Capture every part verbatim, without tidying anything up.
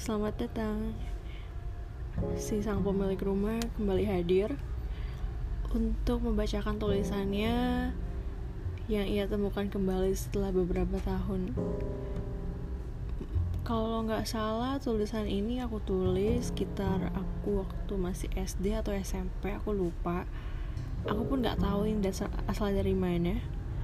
Selamat datang. Si sang pemilik rumah kembali hadir untuk membacakan tulisannya yang ia temukan kembali setelah beberapa tahun. Kalau nggak salah, tulisan ini aku tulis sekitar aku waktu masih S D atau S M P, aku lupa. Aku pun nggak tahu ini dasar asal dari mana.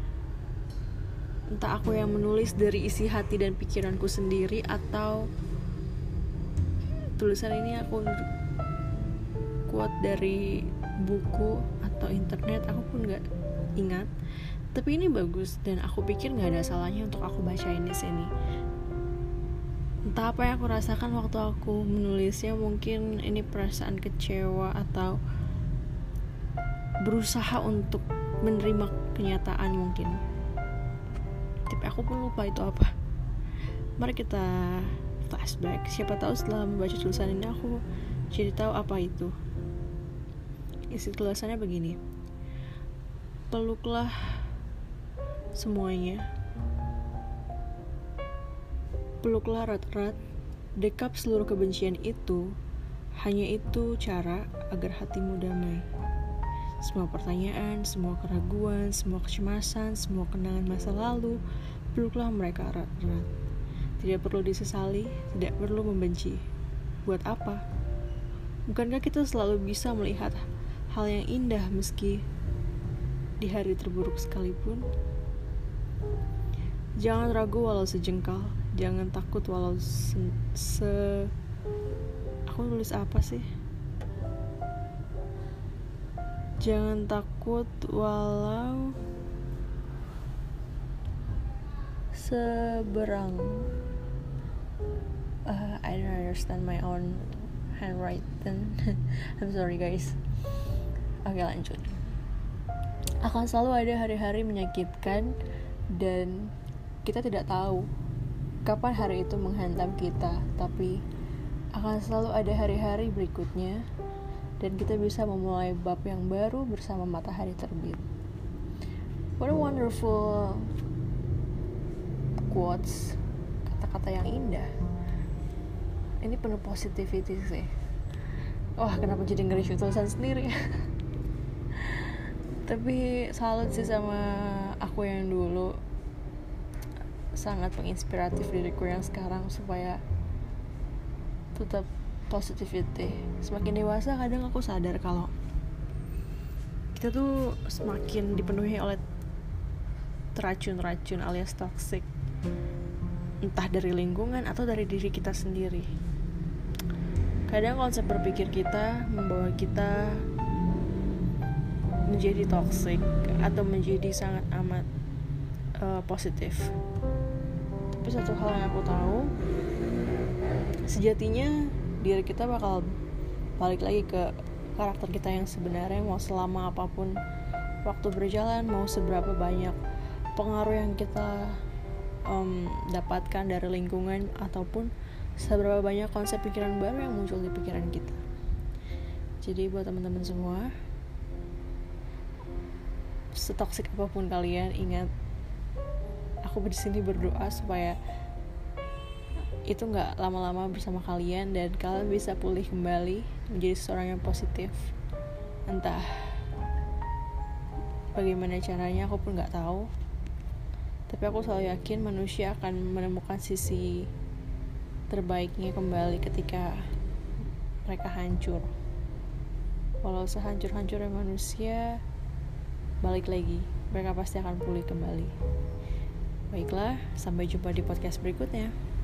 Entah aku yang menulis dari isi hati dan pikiranku sendiri, atau tulisan ini aku quote dari buku atau internet, aku pun nggak ingat. Tapi ini bagus dan aku pikir nggak ada salahnya untuk aku bacain di sini. Entah apa yang aku rasakan waktu aku menulisnya, mungkin ini perasaan kecewa atau berusaha untuk menerima kenyataan mungkin. Tapi aku pun lupa itu apa. Mari kita flashback. Siapa tahu setelah membaca tulisan ini aku jadi tahu apa itu. Isi tulisannya begini: peluklah semuanya, peluklah erat-erat, dekap seluruh kebencian itu. Hanya itu cara agar hatimu damai. Semua pertanyaan, semua keraguan, semua kecemasan, semua kenangan masa lalu, peluklah mereka erat-erat. Tidak perlu disesali, tidak perlu membenci. Buat apa? Bukankah kita selalu bisa melihat hal yang indah meski di hari terburuk sekalipun? Jangan ragu walau sejengkal, jangan takut walau se... se... Aku nulis apa sih? Jangan takut walau seberang. uh, I don't understand my own handwriting. I'm sorry guys. Oke, lanjut. Akan selalu ada hari-hari menyakitkan dan kita tidak tahu kapan hari itu menghantam kita, tapi akan selalu ada hari-hari berikutnya dan kita bisa memulai bab yang baru bersama matahari terbit. What a wonderful quotes, kata-kata yang indah. Ini penuh positivity sih. Wah, kenapa jadi nge-review tulisan sendiri? Tapi salut sih sama aku yang dulu, sangat menginspiratif diriku yang sekarang supaya tetap positivity. Semakin dewasa kadang aku sadar kalau kita tuh semakin dipenuhi oleh racun-racun alias toxic, entah dari lingkungan atau dari diri kita sendiri. Kadang konsep berpikir kita membawa kita menjadi toxic atau menjadi sangat amat uh, positif. Tapi satu hal yang aku tahu, sejatinya diri kita bakal balik lagi ke karakter kita yang sebenarnya. Mau selama apapun waktu berjalan, mau seberapa banyak pengaruh yang kita um, dapatkan dari lingkungan, ataupun seberapa banyak konsep pikiran baru yang muncul di pikiran kita. Jadi buat teman-teman semua, setoksik apapun kalian, ingat, aku di sini berdoa supaya itu nggak lama-lama bersama kalian dan kalian bisa pulih kembali menjadi seorang yang positif. Entah bagaimana caranya, aku pun nggak tahu. Tapi aku selalu yakin manusia akan menemukan sisi terbaiknya kembali ketika mereka hancur. Walau sehancur-hancurnya manusia, balik lagi, mereka pasti akan pulih kembali. Baiklah, sampai jumpa di podcast berikutnya.